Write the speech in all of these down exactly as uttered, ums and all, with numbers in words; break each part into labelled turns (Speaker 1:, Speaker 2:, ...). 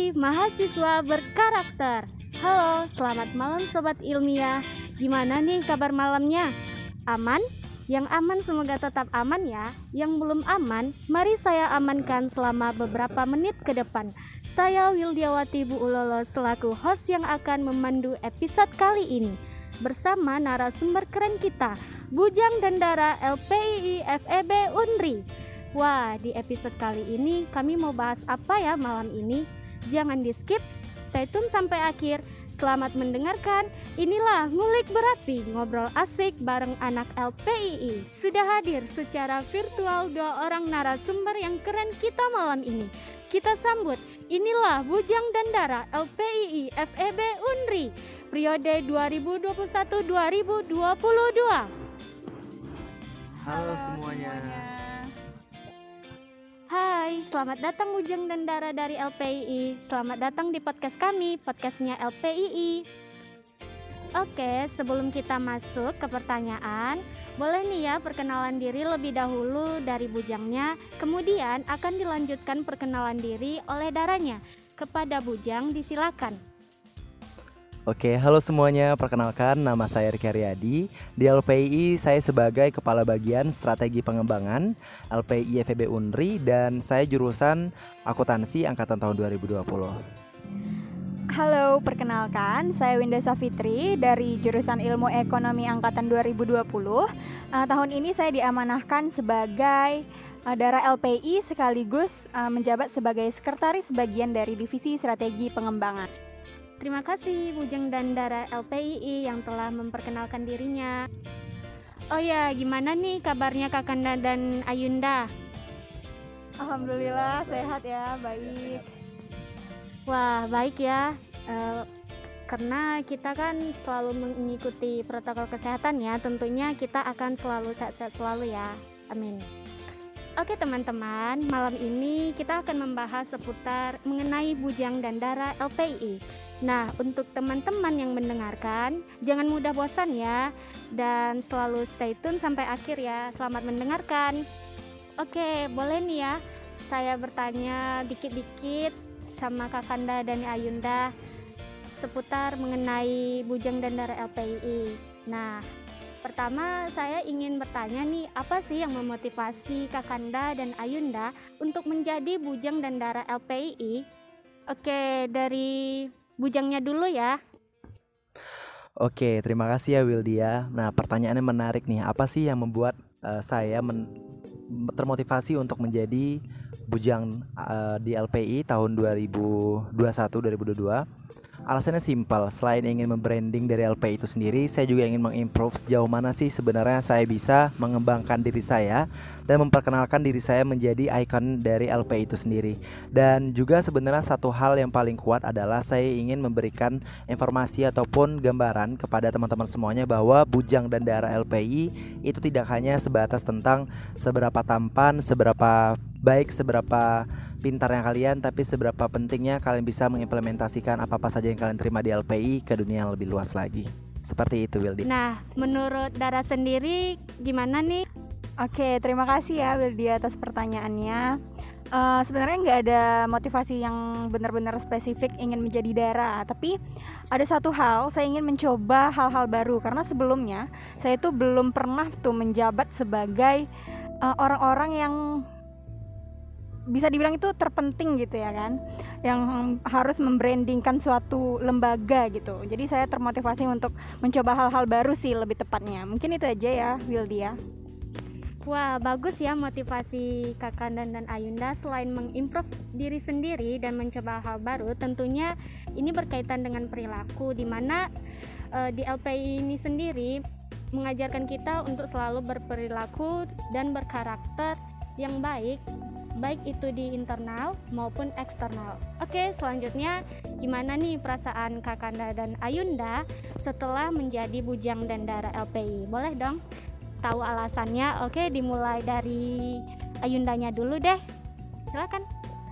Speaker 1: menjadi mahasiswa berkarakter. Halo, selamat malam Sobat Ilmiah. Gimana nih kabar malamnya? Aman? Yang aman semoga tetap aman ya. Yang belum aman, mari saya amankan selama beberapa menit ke depan. Saya Wildiawati Bu Ulolo selaku host yang akan memandu episode kali ini bersama narasumber keren kita, Bujang Dandara L P I I F E B Unri. Wah, di episode kali ini kami mau bahas apa ya malam ini? Jangan di skip, stay tune sampai akhir. Selamat mendengarkan. Inilah Ngulik Berapi, ngobrol asik bareng anak L P I I. Sudah hadir secara virtual dua orang narasumber yang keren kita malam ini. Kita sambut, inilah Bujang Dandara L P I I F E B Unri, periode dua ribu dua puluh satu sampai dua ribu dua puluh dua.
Speaker 2: Halo, Halo semuanya. semuanya.
Speaker 1: Hai, selamat datang Bujang Dandara dari L P I I. Selamat datang di podcast kami, podcastnya L P I I. Oke, sebelum kita masuk ke pertanyaan, boleh nih ya perkenalan diri lebih dahulu dari Bujangnya. Kemudian akan dilanjutkan perkenalan diri oleh Daranya. Kepada Bujang, disilakan.
Speaker 2: Oke, halo semuanya, perkenalkan nama saya Riki Aryadi. Di L P I I saya sebagai Kepala Bagian Strategi Pengembangan L P I I F E B Unri dan saya jurusan Akuntansi angkatan tahun dua ribu dua puluh.
Speaker 3: Halo, perkenalkan saya Winda Safitri dari jurusan Ilmu Ekonomi angkatan dua ribu dua puluh. uh, Tahun ini saya diamanahkan sebagai uh, Dara L P I I sekaligus uh, menjabat sebagai Sekretaris Bagian dari Divisi Strategi Pengembangan.
Speaker 1: Terima kasih Bujang Dandara L P I I yang telah memperkenalkan dirinya. Oh ya, gimana nih kabarnya Kakanda dan Ayunda?
Speaker 3: Alhamdulillah sehat ya, baik.
Speaker 1: Wah, baik ya. Uh, karena kita kan selalu mengikuti protokol kesehatan ya. Tentunya kita akan selalu sehat-sehat selalu ya. Amin. Oke teman-teman, malam ini kita akan membahas seputar mengenai Bujang Dandara L P I I. Nah, untuk teman-teman yang mendengarkan, jangan mudah bosan ya, dan selalu stay tune sampai akhir ya. Selamat mendengarkan. Oke, boleh nih ya, saya bertanya dikit-dikit sama Kakanda dan Ayunda seputar mengenai Bujang Dandara L P I I. Nah, pertama saya ingin bertanya nih, apa sih yang memotivasi Kakanda dan Ayunda untuk menjadi Bujang Dandara L P I I? Oke, dari Bujangnya dulu ya.
Speaker 2: Oke, terima kasih ya Wildia. Nah, pertanyaannya menarik nih. Apa sih yang membuat uh, saya men- termotivasi untuk menjadi Bujang uh, di L P I I tahun dua ribu dua puluh satu dua ribu dua puluh dua? Alasannya simpel, selain ingin membranding dari L P I I itu sendiri, saya juga ingin mengimprove sejauh mana sih sebenarnya saya bisa mengembangkan diri saya dan memperkenalkan diri saya menjadi ikon dari L P I I itu sendiri. Dan juga sebenarnya satu hal yang paling kuat adalah saya ingin memberikan informasi ataupun gambaran kepada teman-teman semuanya bahwa Bujang Dandara L P I I itu tidak hanya sebatas tentang seberapa tampan, seberapa baik, seberapa pintarnya kalian, tapi seberapa pentingnya kalian bisa mengimplementasikan apa-apa saja yang kalian terima di L P I I ke dunia yang lebih luas lagi. Seperti itu, Wildi.
Speaker 1: Nah, menurut Dara sendiri gimana nih?
Speaker 3: Oke, terima kasih ya Wildi atas pertanyaannya. Uh, sebenarnya nggak ada motivasi yang benar-benar spesifik ingin menjadi Dara, tapi ada satu hal, saya ingin mencoba hal-hal baru karena sebelumnya saya itu belum pernah tuh menjabat sebagai uh, orang-orang yang bisa dibilang itu terpenting gitu ya kan, yang harus membrandingkan suatu lembaga gitu. Jadi saya termotivasi untuk mencoba hal-hal baru sih lebih tepatnya. Mungkin itu aja ya Wildia.
Speaker 1: Wah, bagus ya motivasi Kakanda dan Ayunda. Selain mengimprove diri sendiri dan mencoba hal baru, tentunya ini berkaitan dengan perilaku, di mana uh, di L P I I ini sendiri mengajarkan kita untuk selalu berperilaku dan berkarakter yang baik, baik itu di internal maupun eksternal. Oke, selanjutnya gimana nih perasaan Kakanda dan Ayunda setelah menjadi Bujang Dandara L P I I? Boleh dong tahu alasannya? Oke, dimulai dari Ayundanya dulu deh. Silakan.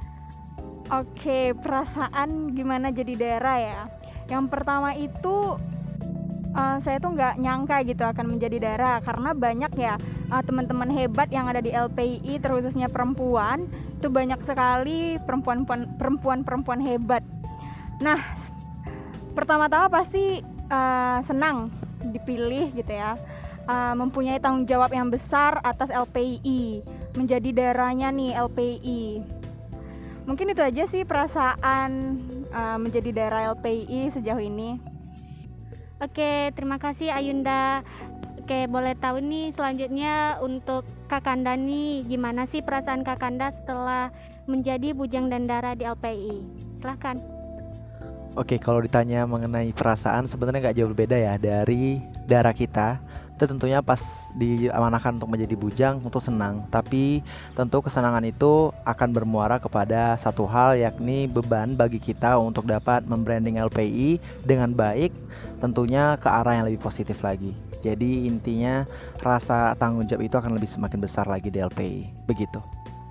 Speaker 3: Oke, perasaan gimana jadi Dara ya? Yang pertama itu uh, saya tuh nggak nyangka gitu akan menjadi Dara, karena banyak ya uh, teman-teman hebat yang ada di L P I I, terkhususnya perempuan itu banyak sekali perempuan-perempuan hebat. Nah, pertama-tama pasti uh, senang dipilih gitu ya, uh, mempunyai tanggung jawab yang besar atas L P I, menjadi darahnya nih L P I. Mungkin itu aja sih perasaan uh, menjadi daerah L P I sejauh ini.
Speaker 1: Oke, terima kasih Ayunda. Oke, boleh tahu nih selanjutnya untuk Kakanda nih, gimana sih perasaan Kakanda setelah menjadi bujang dan dara di L P I? Silahkan.
Speaker 2: Oke, kalau ditanya mengenai perasaan sebenarnya nggak jauh berbeda ya dari dara kita. Itu tentunya pas diamanahkan untuk menjadi bujang untuk senang, tapi tentu kesenangan itu akan bermuara kepada satu hal, yakni beban bagi kita untuk dapat membranding L P I dengan baik, tentunya ke arah yang lebih positif lagi. Jadi intinya rasa tanggung jawab itu akan lebih semakin besar lagi di L P I, begitu.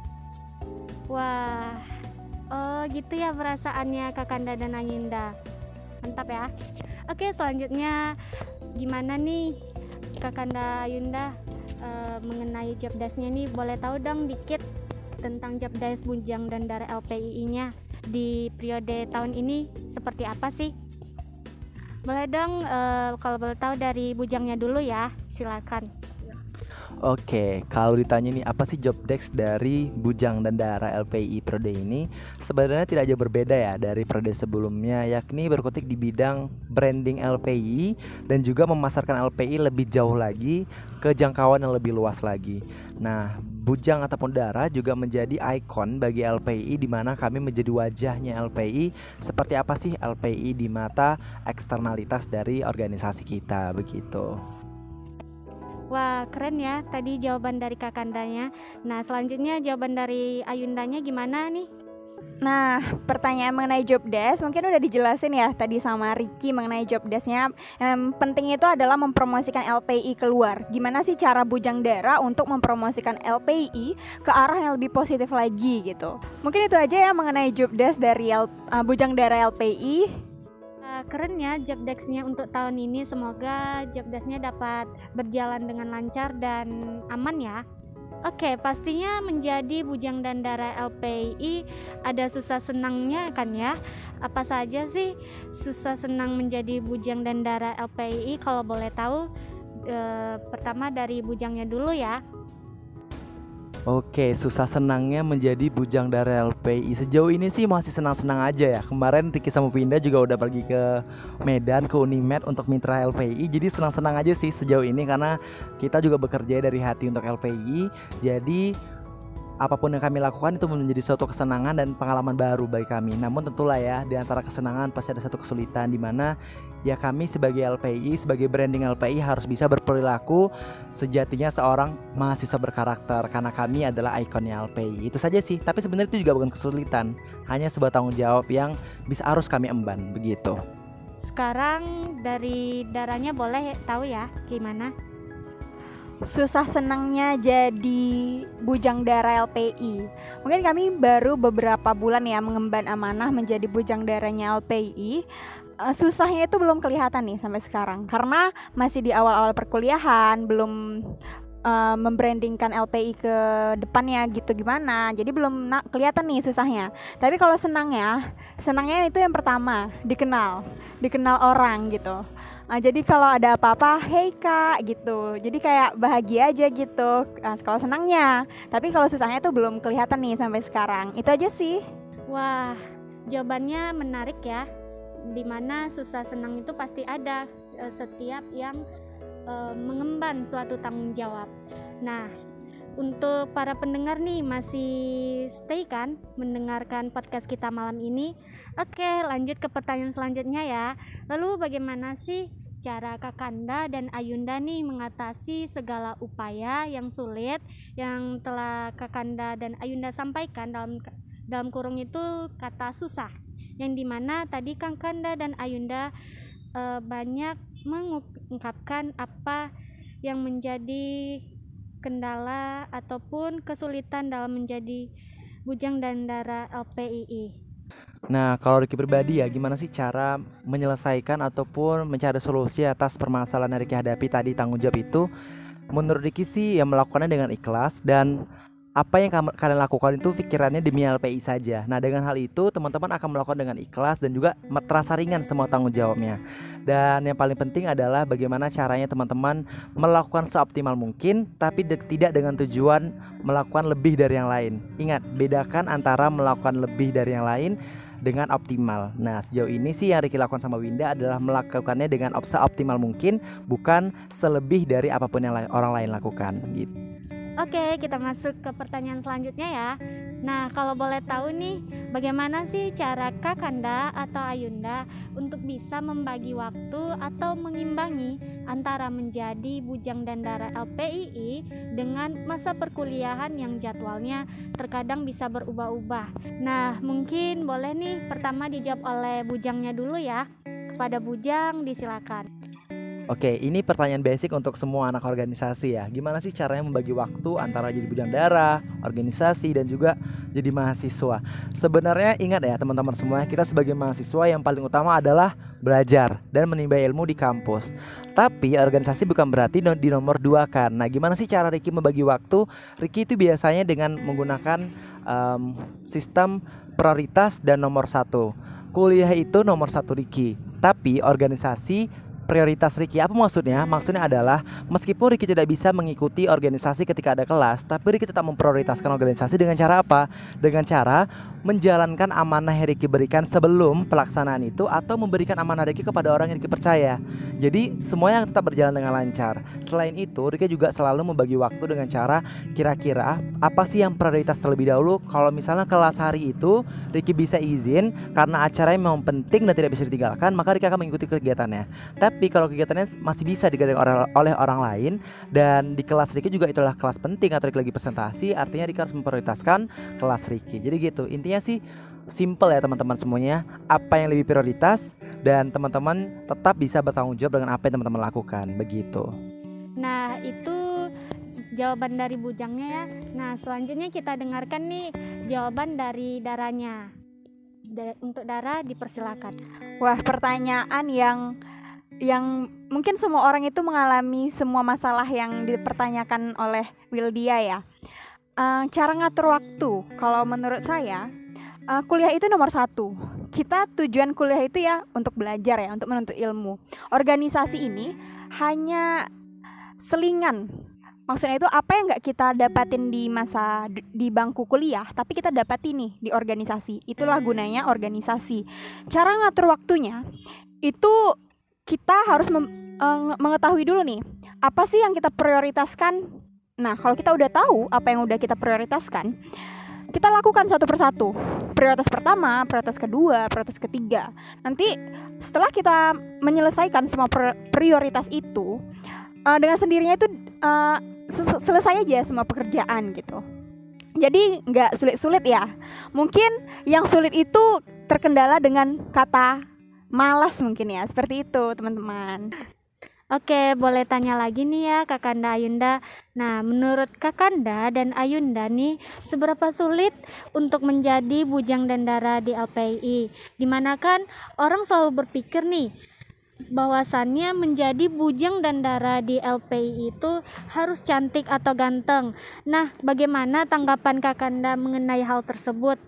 Speaker 1: Wah, oh gitu ya perasaannya Kakanda dan Ayunda. Mantap ya. Oke, selanjutnya gimana nih Kakanda Ayunda uh, mengenai job desk-nya nih, boleh tahu dong dikit tentang job desk bujang dan dara L P I-nya di periode tahun ini seperti apa sih? Boleh dong uh, kalau boleh tahu dari bujangnya dulu ya, silakan.
Speaker 2: Oke, kalau ditanya nih apa sih job desk dari bujang dan dara L P I periode ini, sebenarnya tidak jauh berbeda ya dari periode sebelumnya, yakni berkutik di bidang branding L P I dan juga memasarkan L P I lebih jauh lagi ke jangkauan yang lebih luas lagi. Nah, bujang ataupun dara juga menjadi ikon bagi L P I, di mana kami menjadi wajahnya L P I. Seperti apa sih L P I di mata eksternalitas dari organisasi kita, begitu.
Speaker 1: Wah, keren ya tadi jawaban dari Kakandanya. Nah, selanjutnya jawaban dari Ayundanya gimana nih?
Speaker 3: Nah, pertanyaan mengenai job desk mungkin udah dijelasin ya tadi sama Ricky mengenai job desk-nya. Yang penting itu adalah mempromosikan L P I keluar. Gimana sih cara bujang dara untuk mempromosikan L P I ke arah yang lebih positif lagi gitu. Mungkin itu aja ya mengenai job desk dari L, uh, bujang dara L P I.
Speaker 1: Keren ya job desk-nya untuk tahun ini. Semoga job desk-nya dapat berjalan dengan lancar dan aman ya. Oke, pastinya menjadi bujang dan dara L P I ada susah senangnya kan ya. Apa saja sih susah senang menjadi bujang dan dara L P I? Kalau boleh tahu, e, pertama dari bujangnya dulu ya.
Speaker 2: Oke, susah senangnya menjadi bujang dara L P I. Sejauh ini sih masih senang-senang aja ya. Kemarin Ricky sama Vinda juga udah pergi ke Medan, ke Unimed untuk mitra L P I. Jadi senang-senang aja sih sejauh ini karena kita juga bekerja dari hati untuk L P I. Jadi apapun yang kami lakukan itu menjadi suatu kesenangan dan pengalaman baru bagi kami. Namun tentulah ya, di antara kesenangan pasti ada satu kesulitan, di mana ya kami sebagai L P I, sebagai branding L P I harus bisa berperilaku sejatinya seorang mahasiswa berkarakter, karena kami adalah ikonnya L P I. Itu saja sih, tapi sebenarnya itu juga bukan kesulitan, hanya sebuah tanggung jawab yang bisa harus kami emban, begitu.
Speaker 1: Sekarang dari darahnya boleh tahu ya gimana?
Speaker 3: Susah senangnya jadi bujang dara L P I. Mungkin kami baru beberapa bulan ya mengemban amanah menjadi bujang daranya L P I. Uh, susahnya itu belum kelihatan nih sampai sekarang karena masih di awal-awal perkuliahan, belum uh, membrandingkan L P I ke depannya gitu gimana. Jadi belum na- kelihatan nih susahnya. Tapi kalau senangnya, senangnya itu yang pertama, dikenal, dikenal orang gitu. Nah, jadi kalau ada apa-apa, hey kak gitu. Jadi kayak bahagia aja gitu. Nah, kalau senangnya. Tapi kalau susahnya tuh belum kelihatan nih sampai sekarang. Itu aja sih.
Speaker 1: Wah, jawabannya menarik ya. Dimana susah senang itu pasti ada e, setiap yang e, mengemban suatu tanggung jawab. Nah, untuk para pendengar nih masih stay kan mendengarkan podcast kita malam ini. Oke, lanjut ke pertanyaan selanjutnya ya. Lalu bagaimana sih cara Kakanda dan Ayunda nih mengatasi segala upaya yang sulit yang telah Kakanda dan Ayunda sampaikan dalam dalam kurung itu kata susah, yang dimana tadi Kakanda dan Ayunda e, banyak mengungkapkan apa yang menjadi kendala ataupun kesulitan dalam menjadi bujang dan dara L P I I.
Speaker 2: Nah, kalau Ricky pribadi ya, gimana sih cara menyelesaikan ataupun mencari solusi atas permasalahan yang Ricky hadapi tadi, tanggung jawab itu? Menurut Ricky sih ya melakukannya dengan ikhlas dan apa yang kam- kalian lakukan itu pikirannya demi L P I saja. Nah, dengan hal itu teman-teman akan melakukan dengan ikhlas dan juga terasa ringan semua tanggung jawabnya. Dan yang paling penting adalah bagaimana caranya teman-teman melakukan seoptimal mungkin, tapi de- tidak dengan tujuan melakukan lebih dari yang lain. Ingat, bedakan antara melakukan lebih dari yang lain dengan optimal. Nah, sejauh ini sih yang Ricky lakukan sama Winda adalah melakukannya dengan op- seoptimal mungkin, bukan selebih dari apapun yang la- orang lain lakukan gitu.
Speaker 1: Oke, kita masuk ke pertanyaan selanjutnya ya. Nah, kalau boleh tahu nih, bagaimana sih cara Kakanda atau Ayunda untuk bisa membagi waktu atau mengimbangi antara menjadi bujang dandara L P I I dengan masa perkuliahan yang jadwalnya terkadang bisa berubah-ubah. Nah, mungkin boleh nih pertama dijawab oleh bujangnya dulu ya. Kepada bujang disilakan.
Speaker 2: Oke, ini pertanyaan basic untuk semua anak organisasi ya. Gimana sih caranya membagi waktu antara jadi bujang dara, organisasi, dan juga jadi mahasiswa? Sebenarnya ingat ya teman-teman semua, kita sebagai mahasiswa yang paling utama adalah belajar dan menimba ilmu di kampus. Tapi organisasi bukan berarti di nomor dua kan. Nah, gimana sih cara Ricky membagi waktu? Ricky itu biasanya dengan menggunakan um, sistem prioritas dan nomor satu. Kuliah itu nomor satu Ricky, tapi organisasi prioritas Ricky. Apa maksudnya? Maksudnya adalah meskipun Ricky tidak bisa mengikuti organisasi ketika ada kelas, tapi Ricky tetap memprioritaskan organisasi dengan cara apa? Dengan cara menjalankan amanah yang Ricky berikan sebelum pelaksanaan itu, atau memberikan amanah Ricky kepada orang yang Ricky percaya. Jadi semuanya tetap berjalan dengan lancar. Selain itu, Ricky juga selalu membagi waktu dengan cara kira-kira apa sih yang prioritas terlebih dahulu. Kalau misalnya kelas hari itu Ricky bisa izin karena acaranya memang penting dan tidak bisa ditinggalkan, maka Ricky akan mengikuti kegiatannya. Tapi kalau kegiatannya masih bisa digantikan oleh orang lain, dan di kelas Ricky juga itulah kelas penting atau Ricky lagi presentasi, artinya Ricky harus memprioritaskan kelas Ricky. Jadi gitu, intinya sih simple ya teman-teman semuanya, apa yang lebih prioritas, dan teman-teman tetap bisa bertanggung jawab dengan apa yang teman-teman lakukan, begitu.
Speaker 1: Nah, itu jawaban dari bujangnya ya. Nah, selanjutnya kita dengarkan nih jawaban dari daranya. Da- untuk Dara dipersilakan.
Speaker 3: Wah, pertanyaan yang yang mungkin semua orang itu mengalami semua masalah yang dipertanyakan oleh Wildia ya. Uh, cara ngatur waktu, kalau menurut saya uh, kuliah itu nomor satu. Kita tujuan kuliah itu ya untuk belajar ya, untuk menuntut ilmu. Organisasi ini hanya selingan. Maksudnya itu apa yang nggak kita dapatin di masa di bangku kuliah, tapi kita dapatin nih di organisasi. Itulah gunanya organisasi. Cara ngatur waktunya itu kita harus mem- uh, mengetahui dulu nih, apa sih yang kita prioritaskan. Nah, kalau kita udah tahu apa yang udah kita prioritaskan, kita lakukan satu persatu. Prioritas pertama, prioritas kedua, prioritas ketiga. Nanti setelah kita menyelesaikan semua pr- prioritas itu, uh, dengan sendirinya itu uh, ses- selesai aja semua pekerjaan gitu. Jadi nggak sulit-sulit ya. Mungkin yang sulit itu terkendala dengan kata malas mungkin ya, seperti itu teman-teman.
Speaker 1: Oke, boleh tanya lagi nih ya Kakanda Ayunda. Nah, menurut Kakanda dan Ayunda nih, seberapa sulit untuk menjadi bujang dandara di L P I I? Dimana kan orang selalu berpikir nih, bahwasannya menjadi bujang dandara di L P I I itu harus cantik atau ganteng. Nah, bagaimana tanggapan Kakanda mengenai hal tersebut?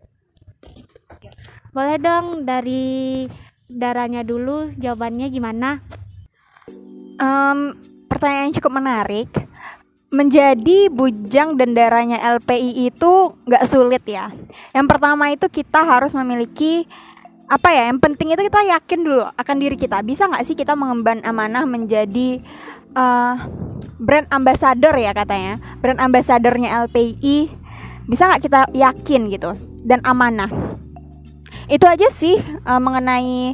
Speaker 1: Boleh dong dari Daranya dulu, jawabannya gimana?
Speaker 3: Um, pertanyaan yang cukup menarik. Menjadi bujang dandaranya L P I I itu nggak sulit ya. Yang pertama itu kita harus memiliki apa ya? Yang penting itu kita yakin dulu akan diri kita. Bisa nggak sih kita mengemban amanah menjadi uh, brand ambassador ya katanya, brand ambassadornya L P I I. Bisa nggak kita yakin gitu dan amanah? Itu aja sih uh, mengenai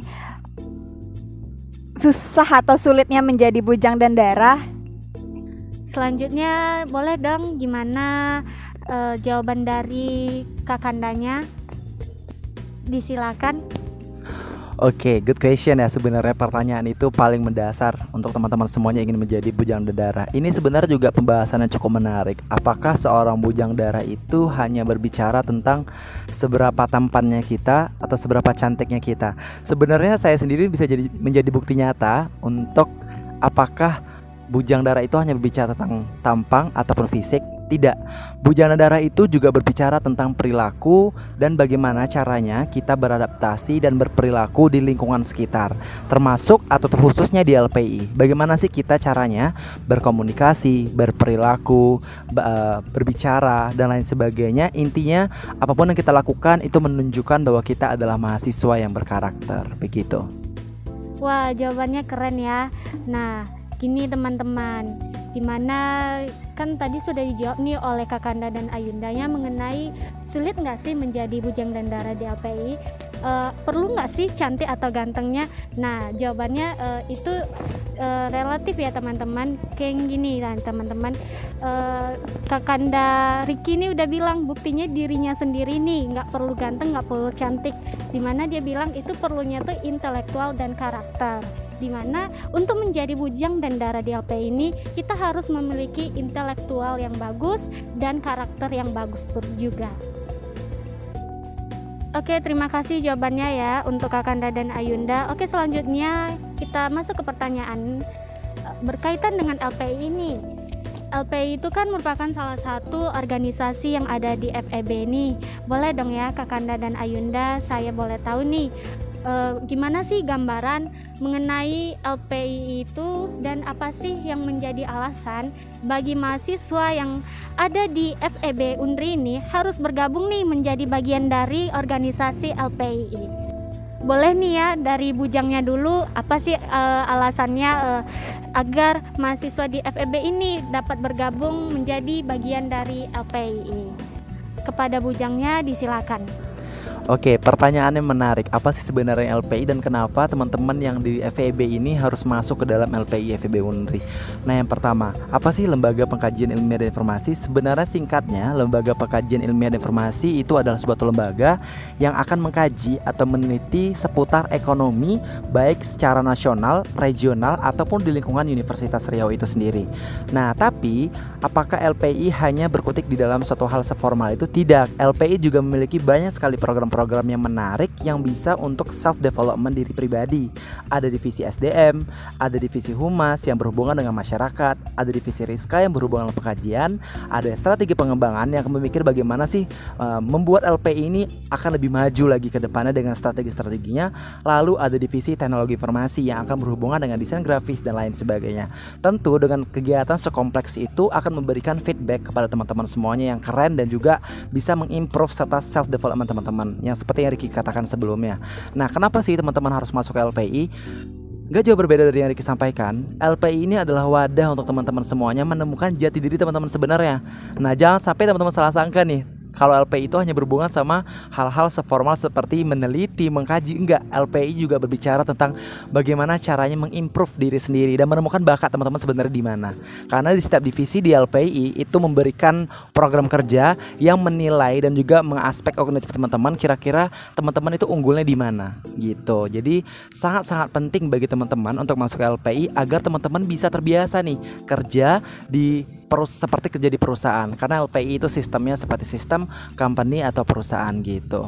Speaker 3: susah atau sulitnya menjadi bujang dandara.
Speaker 1: Selanjutnya boleh dong gimana uh, jawaban dari Kakandanya? Disilakan.
Speaker 2: Oke, good question ya. Sebenarnya pertanyaan itu paling mendasar untuk teman-teman semuanya ingin menjadi bujang dara. Ini sebenarnya juga pembahasan yang cukup menarik. Apakah seorang bujang dara itu hanya berbicara tentang seberapa tampannya kita atau seberapa cantiknya kita? Sebenarnya saya sendiri bisa jadi menjadi bukti nyata untuk apakah bujang dara itu hanya berbicara tentang tampang ataupun fisik. Tidak, Bujang Dandara itu juga berbicara tentang perilaku dan bagaimana caranya kita beradaptasi dan berperilaku di lingkungan sekitar, termasuk atau terkhususnya di L P I. Bagaimana sih kita caranya berkomunikasi, berperilaku, berbicara dan lain sebagainya. Intinya apapun yang kita lakukan itu menunjukkan bahwa kita adalah mahasiswa yang berkarakter, begitu.
Speaker 1: Wah, jawabannya keren ya. Nah, gini teman-teman, dimana kan tadi sudah dijawab nih oleh Kakanda dan Ayundanya mengenai sulit nggak sih menjadi Bujang Dandara di L P I, uh, perlu nggak sih cantik atau gantengnya. Nah, jawabannya uh, itu uh, relatif ya teman-teman. Kayak gini lah teman-teman, uh, Kakanda Riki ini udah bilang buktinya dirinya sendiri nih nggak perlu ganteng, nggak perlu cantik, dimana dia bilang itu perlunya tuh intelektual dan karakter. Dimana untuk menjadi Bujang Dandara di L P I ini kita harus memiliki intelektual yang bagus dan karakter yang bagus pun juga. Oke, terima kasih jawabannya ya untuk Kakanda dan Ayunda. Oke, selanjutnya kita masuk ke pertanyaan berkaitan dengan L P I ini. L P I itu kan merupakan salah satu organisasi yang ada di F E B nih. Boleh dong ya Kakanda dan Ayunda, saya boleh tahu nih Uh, gimana sih gambaran mengenai L P I itu dan apa sih yang menjadi alasan bagi mahasiswa yang ada di F E B Unri ini harus bergabung nih menjadi bagian dari organisasi L P I. Boleh nih ya dari Bujangnya dulu, apa sih uh, alasannya uh, agar mahasiswa di F E B ini dapat bergabung menjadi bagian dari L P I. Kepada Bujangnya disilakan.
Speaker 2: Oke, pertanyaannya menarik. Apa sih sebenarnya L P I dan kenapa teman-teman yang di F E B ini harus masuk ke dalam L P I F E B Unri? Nah, yang pertama, apa sih Lembaga Pengkajian Ilmiah dan Informasi? Sebenarnya singkatnya, Lembaga Pengkajian Ilmiah dan Informasi itu adalah suatu lembaga yang akan mengkaji atau meneliti seputar ekonomi baik secara nasional, regional ataupun di lingkungan Universitas Riau itu sendiri. Nah, tapi apakah L P I hanya berkutik di dalam suatu hal seformal itu? Tidak. L P I juga memiliki banyak sekali program program yang menarik yang bisa untuk self development diri pribadi. Ada divisi S D M, ada divisi Humas yang berhubungan dengan masyarakat, ada divisi Rizka yang berhubungan dengan pengkajian, ada strategi pengembangan yang akan memikir bagaimana sih uh, membuat L P I ini akan lebih maju lagi ke depannya dengan strategi-strateginya. Lalu ada divisi Teknologi Informasi yang akan berhubungan dengan desain grafis dan lain sebagainya. Tentu dengan kegiatan sekompleks itu akan memberikan feedback kepada teman-teman semuanya yang keren dan juga bisa mengimprove serta self development teman-teman, yang seperti yang Ricky katakan sebelumnya. Nah, kenapa sih teman-teman harus masuk ke L P I? Gak jauh berbeda dari yang Ricky sampaikan. L P I ini adalah wadah untuk teman-teman semuanya menemukan jati diri teman-teman sebenarnya. Nah, jangan sampai teman-teman salah sangka nih kalau L P I itu hanya berhubungan sama hal-hal seformal seperti meneliti, mengkaji. Enggak, L P I juga berbicara tentang bagaimana caranya mengimprove diri sendiri dan menemukan bakat teman-teman sebenarnya di mana. Karena di setiap divisi di L P I itu memberikan program kerja yang menilai dan juga mengaspek kognitif teman-teman, kira-kira teman-teman itu unggulnya di mana gitu. Jadi sangat-sangat penting bagi teman-teman untuk masuk ke L P I agar teman-teman bisa terbiasa nih kerja di perus seperti kerja di perusahaan, karena L P I itu sistemnya seperti sistem company atau perusahaan gitu.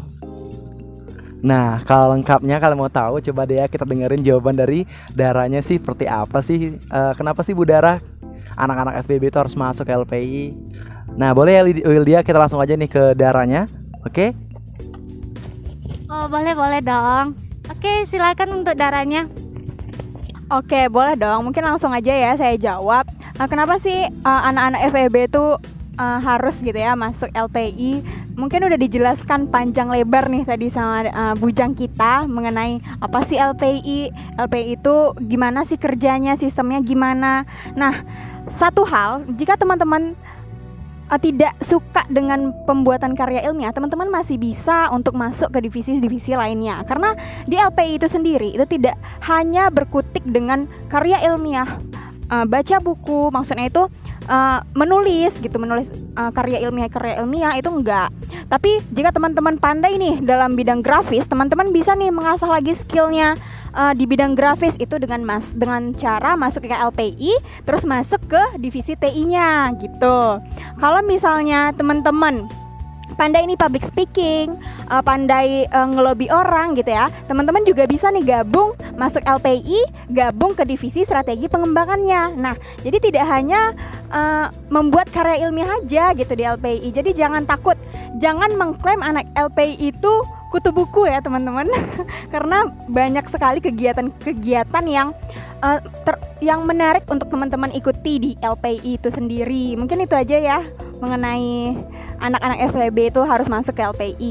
Speaker 2: Nah, kalau lengkapnya kalian mau tahu, coba deh ya kita dengerin jawaban dari Daranya sih seperti apa sih, uh, kenapa sih Bu Dara anak-anak F E B itu harus masuk ke L P I. Nah, boleh ya Wildia, kita langsung aja nih ke Daranya. Oke?
Speaker 1: Oh, boleh boleh dong. Oke, silakan untuk Daranya.
Speaker 3: Oke, boleh dong. Mungkin langsung aja ya saya jawab. Nah, kenapa sih uh, anak-anak F E B itu uh, harus gitu ya masuk L P I? Mungkin udah dijelaskan panjang lebar nih tadi sama uh, Bujang kita mengenai apa sih L P I. L P I itu gimana sih kerjanya, sistemnya gimana. Nah, satu hal, jika teman-teman uh, tidak suka dengan pembuatan karya ilmiah, teman-teman masih bisa untuk masuk ke divisi-divisi lainnya. Karena di L P I itu sendiri itu tidak hanya berkutik dengan karya ilmiah, uh, baca buku, maksudnya itu uh, menulis gitu, menulis uh, karya ilmiah karya ilmiah itu enggak. Tapi jika teman-teman pandai nih dalam bidang grafis, teman-teman bisa nih mengasah lagi skillnya uh, di bidang grafis itu dengan mas dengan cara masuk ke L P I, terus masuk ke divisi T I-nya gitu. Kalau misalnya teman-teman pandai ini public speaking, uh, pandai uh, ngelobi orang gitu ya, teman-teman juga bisa nih gabung masuk L P I, gabung ke divisi strategi pengembangannya. Nah, jadi tidak hanya uh, membuat karya ilmiah aja gitu di L P I. Jadi jangan takut, jangan mengklaim anak L P I itu kutu buku ya teman-teman. Karena banyak sekali kegiatan-kegiatan yang uh, ter- yang menarik untuk teman-teman ikuti di L P I itu sendiri. Mungkin itu aja ya mengenai anak-anak F E B itu harus masuk ke L P I.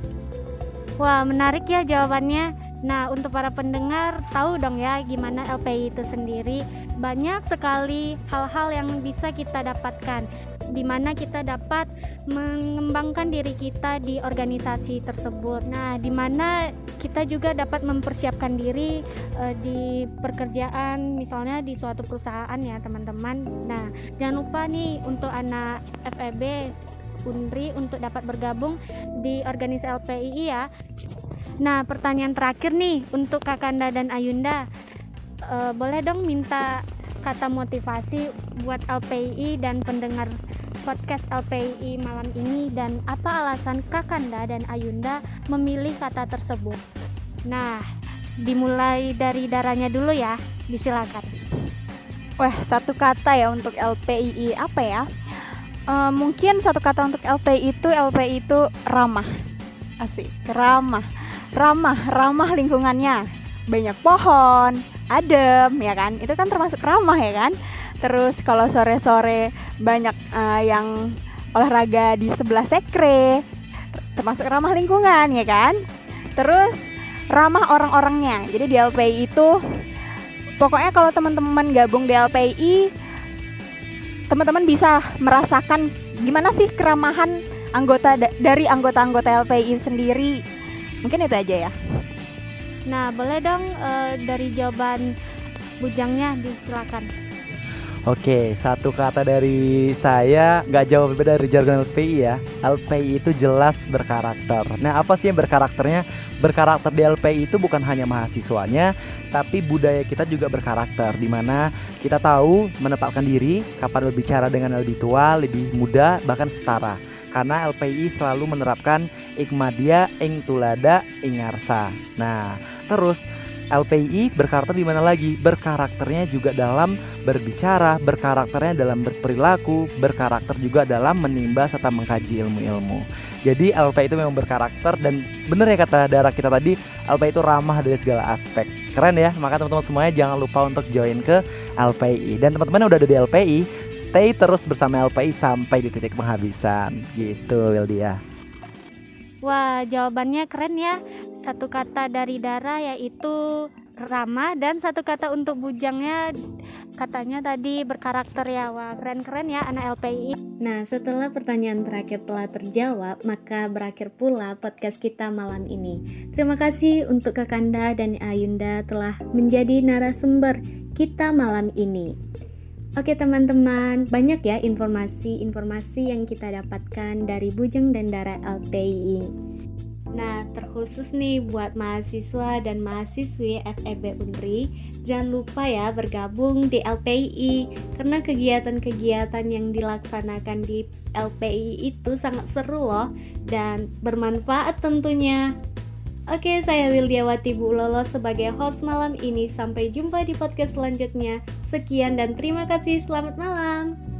Speaker 1: Wah, menarik ya jawabannya. Nah, untuk para pendengar tahu dong ya gimana L P I itu sendiri. Banyak sekali hal-hal yang bisa kita dapatkan, di mana kita dapat mengembangkan diri kita di organisasi tersebut. Nah, di mana kita juga dapat mempersiapkan diri uh, di pekerjaan, misalnya di suatu perusahaan ya teman-teman. Nah, jangan lupa nih untuk anak F E B Unri untuk dapat bergabung di organisasi L P I ya. Nah, pertanyaan terakhir nih untuk Kakanda dan Ayunda, e, boleh dong minta kata motivasi buat L P I dan pendengar podcast L P I malam ini, dan apa alasan Kakanda dan Ayunda memilih kata tersebut? Nah, dimulai dari Daranya dulu ya, disilakan.
Speaker 3: Wah, satu kata ya untuk L P I, apa ya? Uh, mungkin satu kata untuk L P I itu L P I itu ramah. Asik, ramah. Ramah, ramah lingkungannya. Banyak pohon, adem ya kan? Itu kan termasuk ramah ya kan? Terus kalau sore-sore banyak uh, yang olahraga di sebelah sekre, termasuk ramah lingkungan ya kan? Terus ramah orang-orangnya. Jadi di L P I itu pokoknya kalau teman-teman gabung di L P I, teman-teman bisa merasakan gimana sih keramahan anggota da- dari anggota-anggota L P I sendiri. Mungkin itu aja ya.
Speaker 1: Nah, boleh dong uh, dari jawaban bujangnya, disilakan.
Speaker 2: Oke, satu kata dari saya, nggak jauh berbeda dari jargon L P I ya. L P I itu jelas berkarakter. Nah, apa sih yang berkarakternya? Berkarakter di L P I itu bukan hanya mahasiswanya, tapi budaya kita juga berkarakter, dimana kita tahu menempatkan diri, kapan berbicara dengan lebih tua, lebih muda, bahkan setara. Karena L P I selalu menerapkan ikmadia, ing tulada, ing ngarsa. Nah, terus L P I berkarakter di mana lagi? Berkarakternya juga dalam berbicara, berkarakternya dalam berperilaku, berkarakter juga dalam menimba serta mengkaji ilmu-ilmu. Jadi L P I itu memang berkarakter, dan bener ya kata Dara kita tadi, L P I itu ramah dari segala aspek. Keren ya, maka teman-teman semuanya jangan lupa untuk join ke L P I. Dan teman-teman yang udah ada di L P I, stay terus bersama L P I sampai di titik penghabisan. Gitu Wildia.
Speaker 1: Wah, jawabannya keren ya. Satu kata dari Dara yaitu ramah, dan satu kata untuk bujangnya katanya tadi berkarakter ya. Wah, keren-keren ya anak L P I.
Speaker 4: Nah, setelah pertanyaan terakhir telah terjawab, maka berakhir pula podcast kita malam ini. Terima kasih untuk Kakanda dan Ayunda telah menjadi narasumber kita malam ini. Oke teman-teman, banyak ya informasi-informasi yang kita dapatkan dari Bujang dan Dara L P I. Nah, terkhusus nih buat mahasiswa dan mahasiswi F E B Unri, jangan lupa ya bergabung di L P I, karena kegiatan-kegiatan yang dilaksanakan di L P I itu sangat seru loh dan bermanfaat tentunya. Oke, saya Wildiawati Bu Lolo sebagai host malam ini. Sampai jumpa di podcast selanjutnya. Sekian dan terima kasih. Selamat malam.